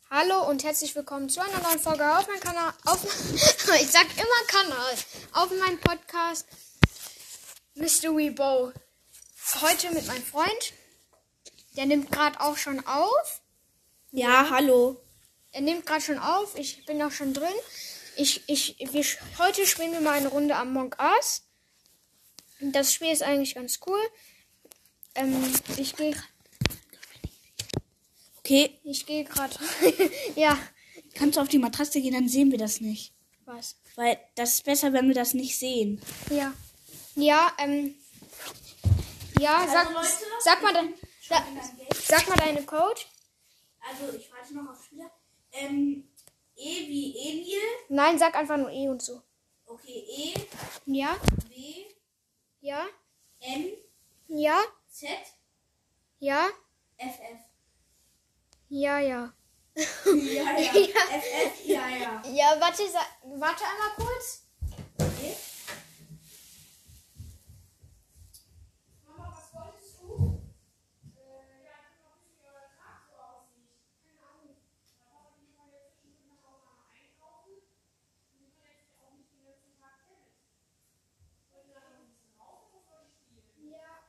Hallo und herzlich willkommen zu einer neuen Folge auf meinem Kanal. Ich sag immer Kanal. Auf meinem Podcast Mystery Bow. Heute mit meinem Freund. Der nimmt gerade auch schon auf. Ja, hallo. Er nimmt gerade schon auf. Ich bin auch schon drin. Heute spielen wir mal eine Runde Among Us. Das Spiel ist eigentlich ganz cool. Ich gehe gerade. Ja. Kannst du auf die Matratze gehen, dann sehen wir das nicht. Was? Weil das ist besser, wenn wir das nicht sehen. Ja. Ja, ja, sag mal deine Code. Also, ich warte noch auf Spieler. E wie Emil. Nein, sag einfach nur E und so. Okay, E. Ja. W. Ja. M. Ja. Z. Ja. FF. Ja, ja. Ja, ja. FF, ja, ja. Ja, warte einmal kurz. Okay. Mama, was wolltest du? Ja, ich will noch wissen, wie euer Tag so aussieht. Keine Ahnung. Papa und ich wollen jetzt zwischendurch noch mal einkaufen. Und wir können jetzt auch nicht den ganzen Tag Tennis. Wollen wir da noch ein bisschen raus oder soll ich spielen? Ja.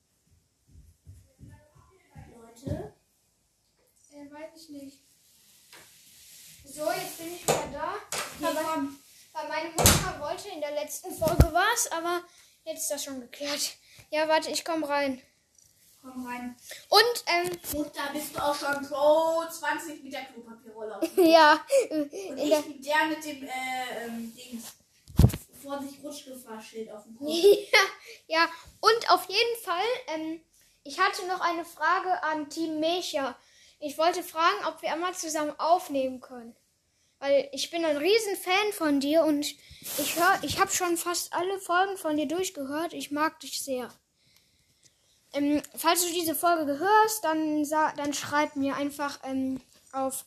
Leute. Weiß ich nicht. So, jetzt bin ich wieder da. Weil meine Mutter wollte, in der letzten Folge war es, aber jetzt ist das schon geklärt. Ja, warte, ich komme rein. Komm rein. Und, Und da bist du auch schon Pro 20 mit der Klopapierrolle. ja. Und ich mit der mit dem Dings. Vorsicht, Rutschgefahrschild auf dem Kopf. Ja, und auf jeden Fall, ich hatte noch eine Frage an Team Mecha. Ich wollte fragen, ob wir einmal zusammen aufnehmen können. Weil ich bin ein riesen Fan von dir und ich habe schon fast alle Folgen von dir durchgehört. Ich mag dich sehr. Falls du diese Folge hörst, dann schreib mir einfach auf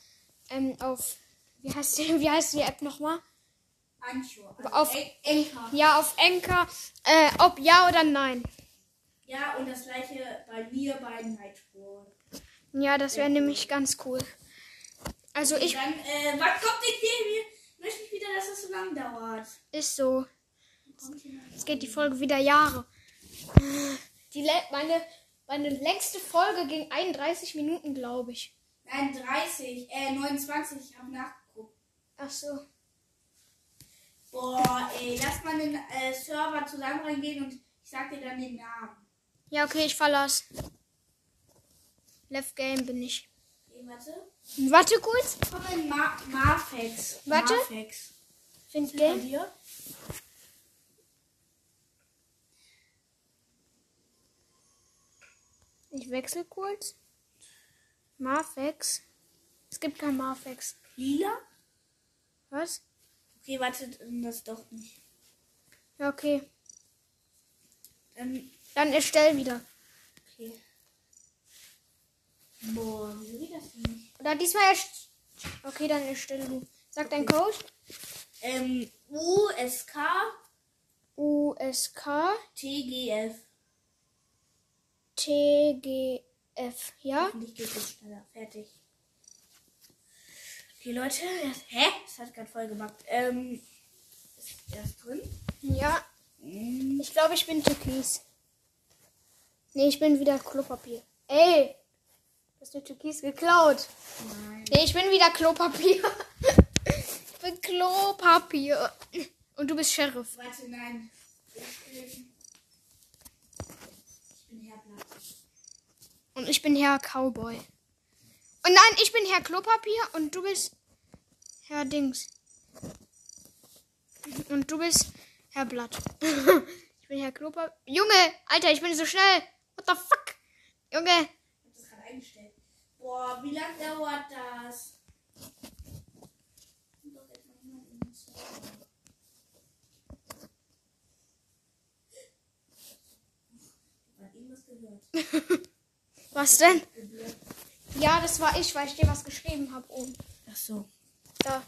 wie heißt die App nochmal? Anchor. Auf Anchor. Ja, auf Anchor, ob ja oder nein. Ja, und das gleiche bei mir bei Nightfall. Ja, das wäre nämlich ganz cool. Also Und dann, wann kommt denn hier? Möchte ich wieder, dass es so lang dauert. Ist so. Es geht die Folge wieder Jahre. Meine längste Folge ging 31 Minuten, glaube ich. Nein, 29, ich habe nachgeguckt. Ach so. Boah, ey, lass mal den Server zusammen reingehen und ich sag dir dann den Namen. Ja, okay, ich verlasse. Left Game bin ich. Okay, warte. Warte kurz. Komm in Marfex. Warte. Marfex. Find Bei Game. dir? Ich wechsle kurz. Marfex. Es gibt kein Marfex. Lila? Was? Okay, warte, das doch nicht. Ja, okay. Dann, Dann erstell wieder. okay. Boah, wieso geht das denn nicht? Oder diesmal erst. Okay, dann erstell du. Sag dein Code. USK USK TGF. TGF. Ja? Hoffentlich geht es schneller. Fertig. Okay, Leute. Hä? Das hat gerade voll gemacht. Ist das drin? Ja. Ich glaube, ich bin Türkis. Nee, ich bin wieder Klopapier. Ey! Du hast mir Türkis geklaut. Nein. Nee, ich bin wieder Klopapier. Ich bin Klopapier. Und du bist Sheriff. Warte, nein. Ich bin Herr Blatt. Und ich bin Herr Cowboy. Und nein, ich bin Herr Klopapier und du bist Herr Dings. Und du bist Herr Blatt. Ich bin Herr Klopapier. Junge, Alter, ich bin so schnell. What the fuck? Junge. Ich hab das gerade eingestellt. Boah, wie lange dauert das? Doch jetzt mal jemand in den Server. Ich hab irgendwas gehört. Was denn? Ja, das war ich, weil ich dir was geschrieben habe oben. Ach so. Da.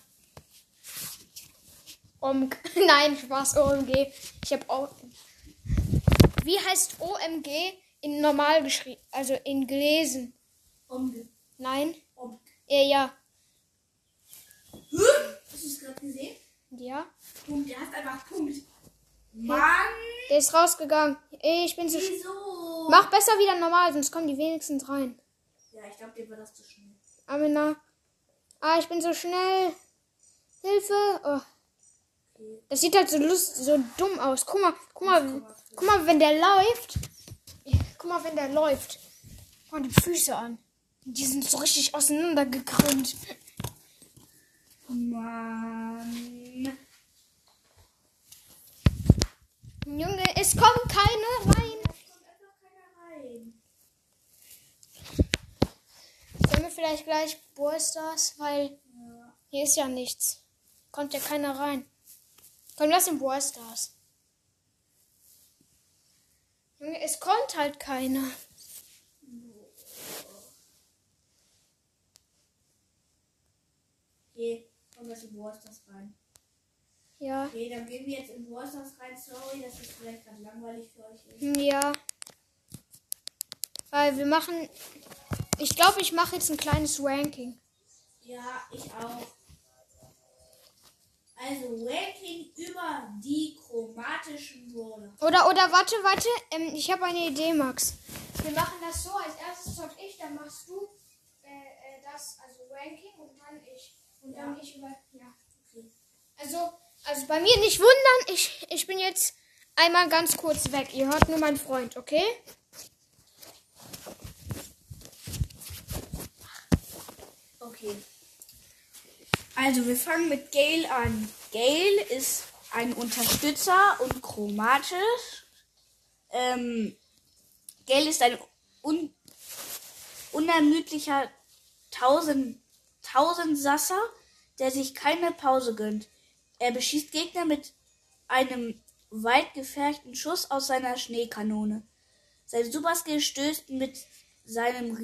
Nein, Spaß, OMG. Ich habe auch. Wie heißt OMG in normal geschrieben? Also in gelesen. Omge. Nein. Omg. Ja. Hast du es gerade gesehen? Ja. Punkt, der hat einfach Punkt. Mann! Der ist rausgegangen. Ich bin so... Wieso? Mach besser wieder normal, sonst kommen die wenigstens rein. Ja, ich glaube, dir war das zu schnell. Amina. Ah, ich bin so schnell. Hilfe. Oh. Okay. Das sieht halt so dumm aus. Guck mal, wenn der läuft. Guck mal, wenn der läuft. Guck mal die Füße an. Die sind so richtig auseinandergekrümmt. Mann. Junge, es kommt keine rein. Es kommt einfach keiner rein. Sollen wir vielleicht gleich Brawl Stars, weil hier ist ja nichts. Kommt ja keiner rein. Komm, lass den Brawl Stars. Junge, es kommt halt keiner. Okay, komm, lass in Warstars rein. Ja. Okay, dann gehen wir jetzt in Warstars rein. Sorry, dass es vielleicht gerade langweilig für euch ist. Ja. Weil wir machen... Ich glaube, ich mache jetzt ein kleines Ranking. Ja, ich auch. Also, Ranking über die chromatischen Brawler. Oder warte. Ich habe eine Idee, Max. Wir machen das so. Als erstes zock ich, dann machst du das, also Ranking und dann ich. Und dann ich über... Ja, okay. Also bei mir nicht wundern, ich bin jetzt einmal ganz kurz weg. Ihr hört nur meinen Freund, okay? Okay. Also, wir fangen mit Gale an. Gale ist ein Unterstützer und chromatisch. Gale ist ein unermüdlicher Tausendsasser, der sich keine Pause gönnt. Er beschießt Gegner mit einem weit gefährten Schuss aus seiner Schneekanone. Sein Superskill stößt mit seinem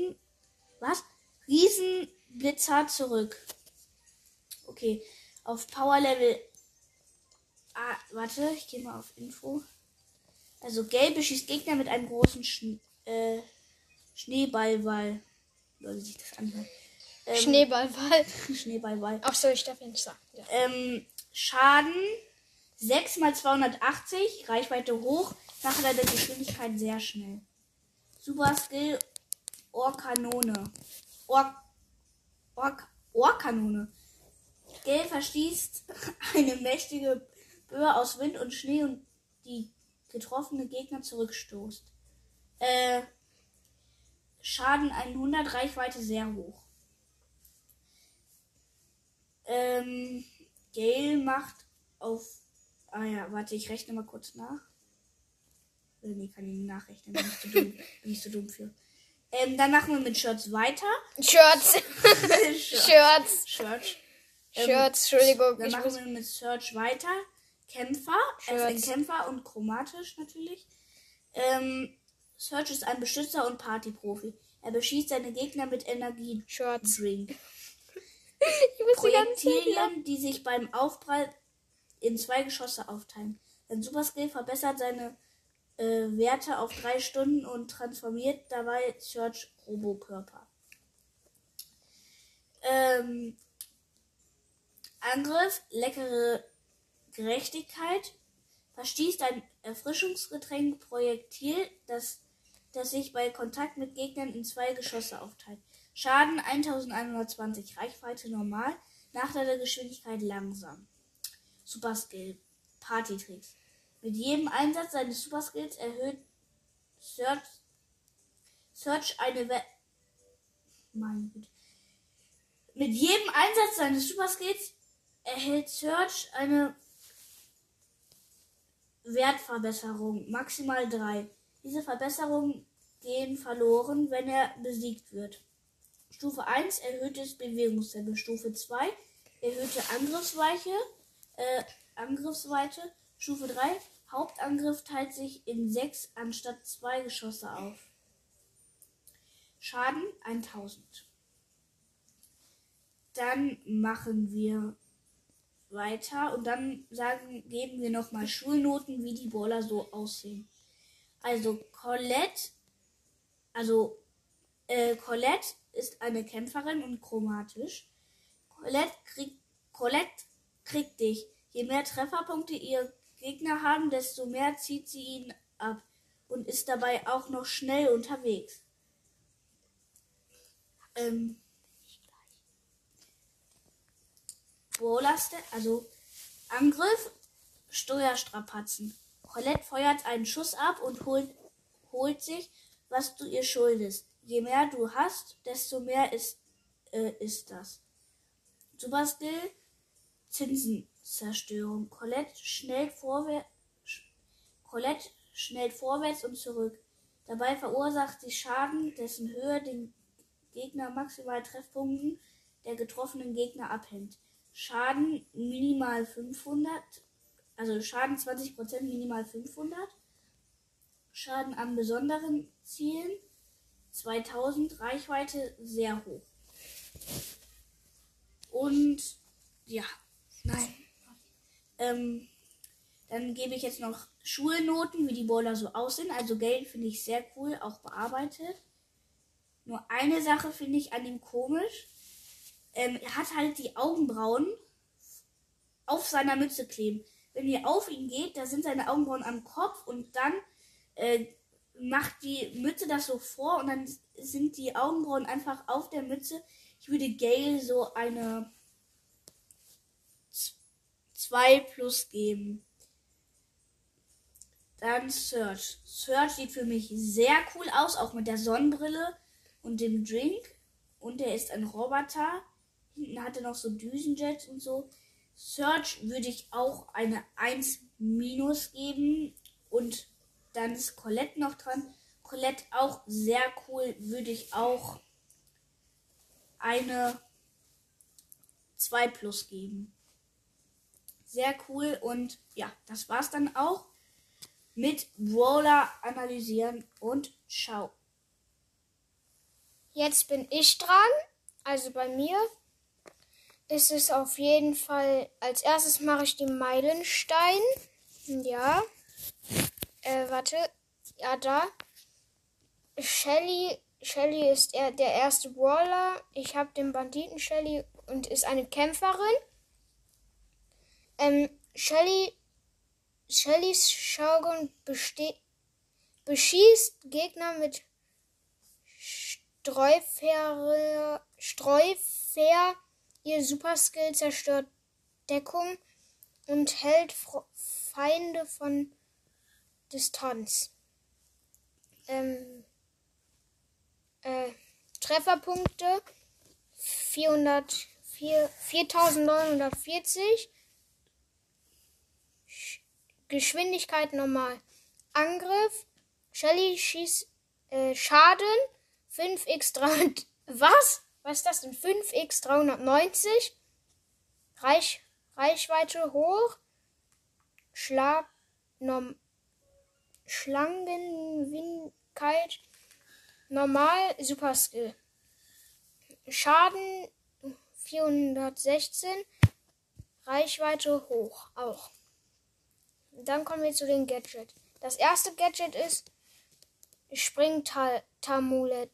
Riesenblitzer zurück. Okay, auf Power Level... warte, ich gehe mal auf Info. Also Gale beschießt Gegner mit einem großen Schneeballball. Wie sich das anhört. Schneeballball. Schneeballball. Achso, ich darf nicht sagen. Ja. Schaden 6 mal 280, Reichweite hoch, nachher der Geschwindigkeit sehr schnell. Super Skill Ohrkanone. Ohrkanone. Gale verschießt eine mächtige Böe aus Wind und Schnee und die getroffene Gegner zurückstoßt. Schaden 100, Reichweite sehr hoch. Gale macht auf... warte, ich rechne mal kurz nach. Nee, kann ich nicht nachrechnen, bin ich zu dumm für. Dann machen wir mit Shirts weiter. Shirts. Entschuldigung. Dann machen wir mit Search weiter. Kämpfer. Er ist ein Kämpfer und chromatisch natürlich. Search ist ein Beschützer und Partyprofi. Er beschießt seine Gegner mit Energiedrink. Projektilien, die sich beim Aufprall in 2 Geschosse aufteilen. Sein Superskill verbessert seine Werte auf 3 Stunden und transformiert dabei Search Robokörper. Angriff, leckere Gerechtigkeit, verschießt ein Erfrischungsgetränk Projektil, das sich bei Kontakt mit Gegnern in 2 Geschosse aufteilt. Schaden 1120, Reichweite normal, Nachteil Geschwindigkeit langsam. Superskill, Partytricks. Mit jedem Einsatz seines Superskills erhöht Search eine Mit jedem Einsatz seines Superskills erhält Search eine Wertverbesserung, maximal 3. Diese Verbesserungen gehen verloren, wenn er besiegt wird. Stufe 1 erhöhtes Bewegungstempo, Stufe 2 erhöhte Angriffsweite, Stufe 3 Hauptangriff teilt sich in 6 anstatt 2 Geschosse auf. Schaden 1000. Dann machen wir weiter und dann geben wir nochmal Schulnoten, wie die Brawler so aussehen. Also Colette, also Colette ist eine Kämpferin und chromatisch. Colette kriegt dich. Je mehr Trefferpunkte ihr Gegner haben, desto mehr zieht sie ihn ab und ist dabei auch noch schnell unterwegs. Also Angriff, Steuerstrapazen. Colette feuert einen Schuss ab und holt sich, was du ihr schuldest. Je mehr du hast, desto mehr ist das. Superskill, Zinsenzerstörung. Colette schnellt vorwärts und zurück. Dabei verursacht sie Schaden, dessen Höhe den Gegner maximal Treffpunkten der getroffenen Gegner abhängt. Schaden minimal 500, also Schaden 20% minimal 500. Schaden an besonderen Zielen 2000, Reichweite sehr hoch. Und ja, dann gebe ich jetzt noch Schulnoten, wie die Brawler so aussehen. Also Gale finde ich sehr cool, auch bearbeitet. Nur eine Sache finde ich an ihm komisch. Er hat halt die Augenbrauen auf seiner Mütze kleben. Wenn ihr auf ihn geht, da sind seine Augenbrauen am Kopf und dann macht die Mütze das so vor und dann sind die Augenbrauen einfach auf der Mütze. Ich würde Gale so eine 2+ geben. Dann Surge. Surge sieht für mich sehr cool aus, auch mit der Sonnenbrille und dem Drink. Und er ist ein Roboter. Hinten hat er noch so Düsenjets und so. Surge würde ich auch eine 1- geben. Und dann ist Colette noch dran. Colette auch sehr cool, würde ich auch eine 2+ geben. Sehr cool und ja, das war's dann auch mit Brawler analysieren und ciao. Jetzt bin ich dran. Also bei mir ist es auf jeden Fall, als erstes mache ich den Meilenstein. Ja. Warte. Ja, da. Shelly ist der erste Brawler. Ich habe den Banditen Shelly und ist eine Kämpferin. Shellys Shogun beschießt Gegner mit Streufähr. Ihr Superskill zerstört Deckung und hält Feinde von Distanz. Trefferpunkte 4940. Geschwindigkeit normal. Angriff. Shelly schießt Schaden 5x300. Was? Was ist das denn? 5x390. Reichweite hoch. Schlangenwindigkeit normal. Superskill. Schaden 416. Reichweite hoch auch. Dann kommen wir zu den Gadgets. Das erste Gadget ist Sprintamulett.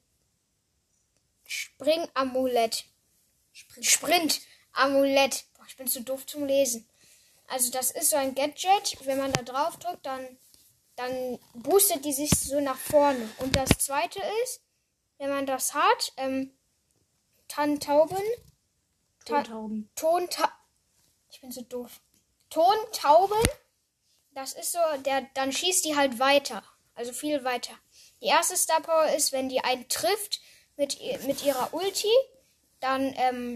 Sprintamulett. Boah, ich bin zu doof zum Lesen. Also das ist so ein Gadget. Wenn man da drauf drückt, dann boostet die sich so nach vorne. Und das zweite ist, wenn man das hat, Tontauben. Ich bin so doof. Tontauben. Das ist so, dann schießt die halt weiter. Also viel weiter. Die erste Star Power ist, wenn die einen trifft mit ihrer Ulti, dann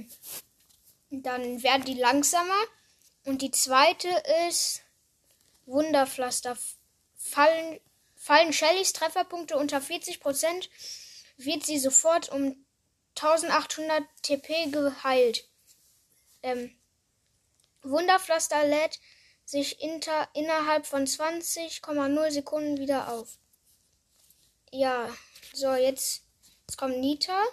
werden die langsamer. Und die zweite ist Wunderpflaster. Fallen Shellys Trefferpunkte unter 40%, wird sie sofort um 1800 TP geheilt. Wunderpflaster lädt sich innerhalb von 20,0 Sekunden wieder auf. Ja, so, jetzt kommt Nita.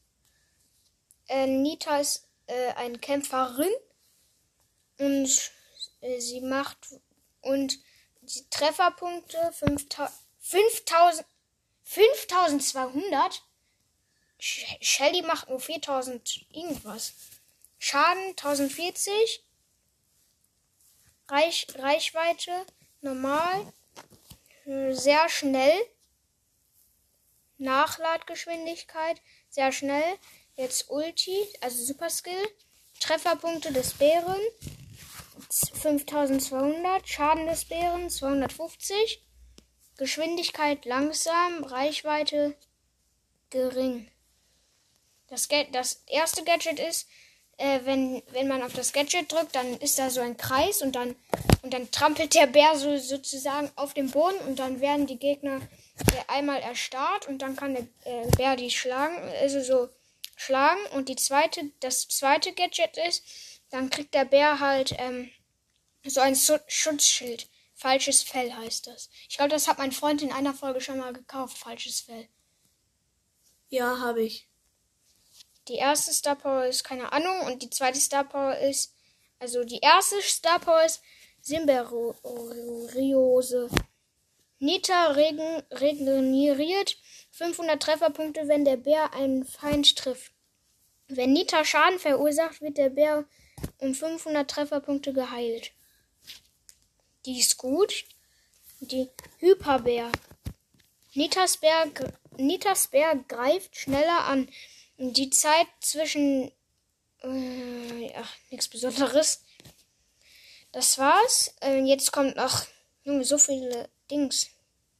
Nita ist eine Kämpferin und sie macht und die Trefferpunkte 5200. Shelly macht nur 4000 irgendwas. Schaden 1040. Reichweite normal. Sehr schnell. Nachladgeschwindigkeit sehr schnell. Jetzt Ulti, also Super Skill. Trefferpunkte des Bären 5200. Schaden des Bären 250. Geschwindigkeit langsam. Reichweite gering. Das erste Gadget ist, wenn man auf das Gadget drückt, dann ist da so ein Kreis und dann trampelt der Bär sozusagen auf dem Boden und dann werden die Gegner einmal erstarrt und dann kann der Bär die schlagen, schlagen. Und das zweite Gadget ist, dann kriegt der Bär halt so ein Schutzschild. Falsches Fell heißt das. Ich glaube, das hat mein Freund in einer Folge schon mal gekauft, falsches Fell. Ja, habe ich. Die erste Star Power ist keine Ahnung und die zweite Star Power ist, also die erste Star Power ist Symberiose. Nita regeneriert 500 Trefferpunkte, wenn der Bär einen Feind trifft. Wenn Nita Schaden verursacht, wird der Bär um 500 Trefferpunkte geheilt. Die ist gut. Die Hyperbär. Nitas Bär greift schneller an. Die Zeit zwischen... nichts Besonderes. Das war's. Jetzt kommt noch... Junge, so viele Dings.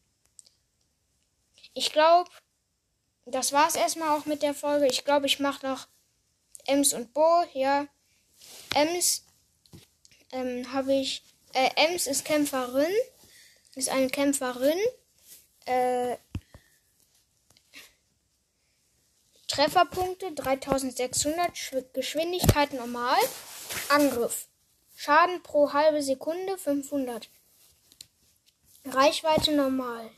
Ich glaube, das war's erstmal auch mit der Folge. Ich glaube, ich mache noch Ems und Bo. Ja. Ems habe ich... Ems ist Kämpferin. Ist eine Kämpferin. Trefferpunkte 3600. Geschwindigkeit normal. Angriff. Schaden pro halbe Sekunde 500. Reichweite normal.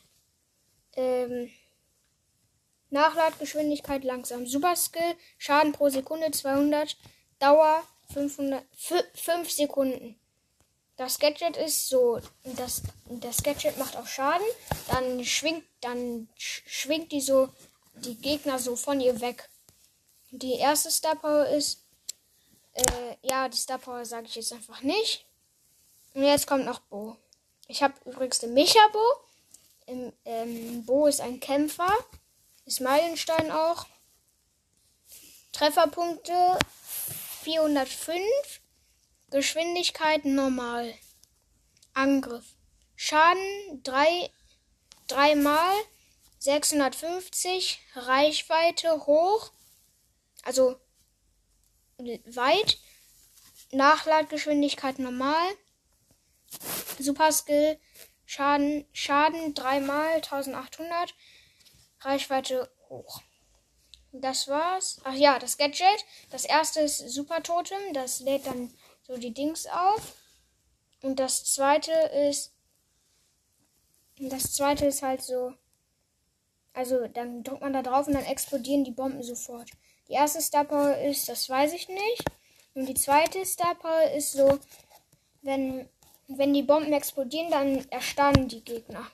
Nachladgeschwindigkeit langsam. Super Skill. Schaden pro Sekunde 200. Dauer 5 Sekunden. Das Gadget ist so, das Gadget macht auch Schaden, dann schwingt die Gegner so von ihr weg. Die erste Star Power ist, die Star Power sage ich jetzt einfach nicht. Und jetzt kommt noch Bo. Ich habe übrigens den Micha-Bo. Bo ist ein Kämpfer, ist Meilenstein auch. Trefferpunkte 405. Geschwindigkeit normal. Angriff. Schaden 3 mal 650. Reichweite hoch. Also weit. Nachladgeschwindigkeit normal. Super Skill. Schaden 3 mal 1800. Reichweite hoch. Das war's. Ach ja, das Gadget. Das erste ist Super Totem. Das lädt dann so die Dings auf. Und das zweite ist halt so. Also dann drückt man da drauf und dann explodieren die Bomben sofort. Die erste Star Power ist, das weiß ich nicht. Und die zweite Star Power ist so, wenn die Bomben explodieren, dann erstarren die Gegner.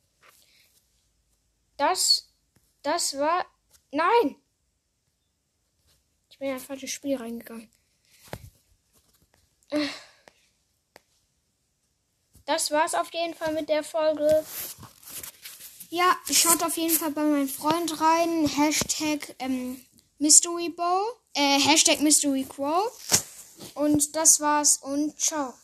Das war... Nein! Ich bin in ein falsches Spiel reingegangen. Das war's auf jeden Fall mit der Folge. Ja, schaut auf jeden Fall bei meinem Freund rein. Hashtag Mystery Bow. Hashtag Mystery Crow. Und das war's und ciao.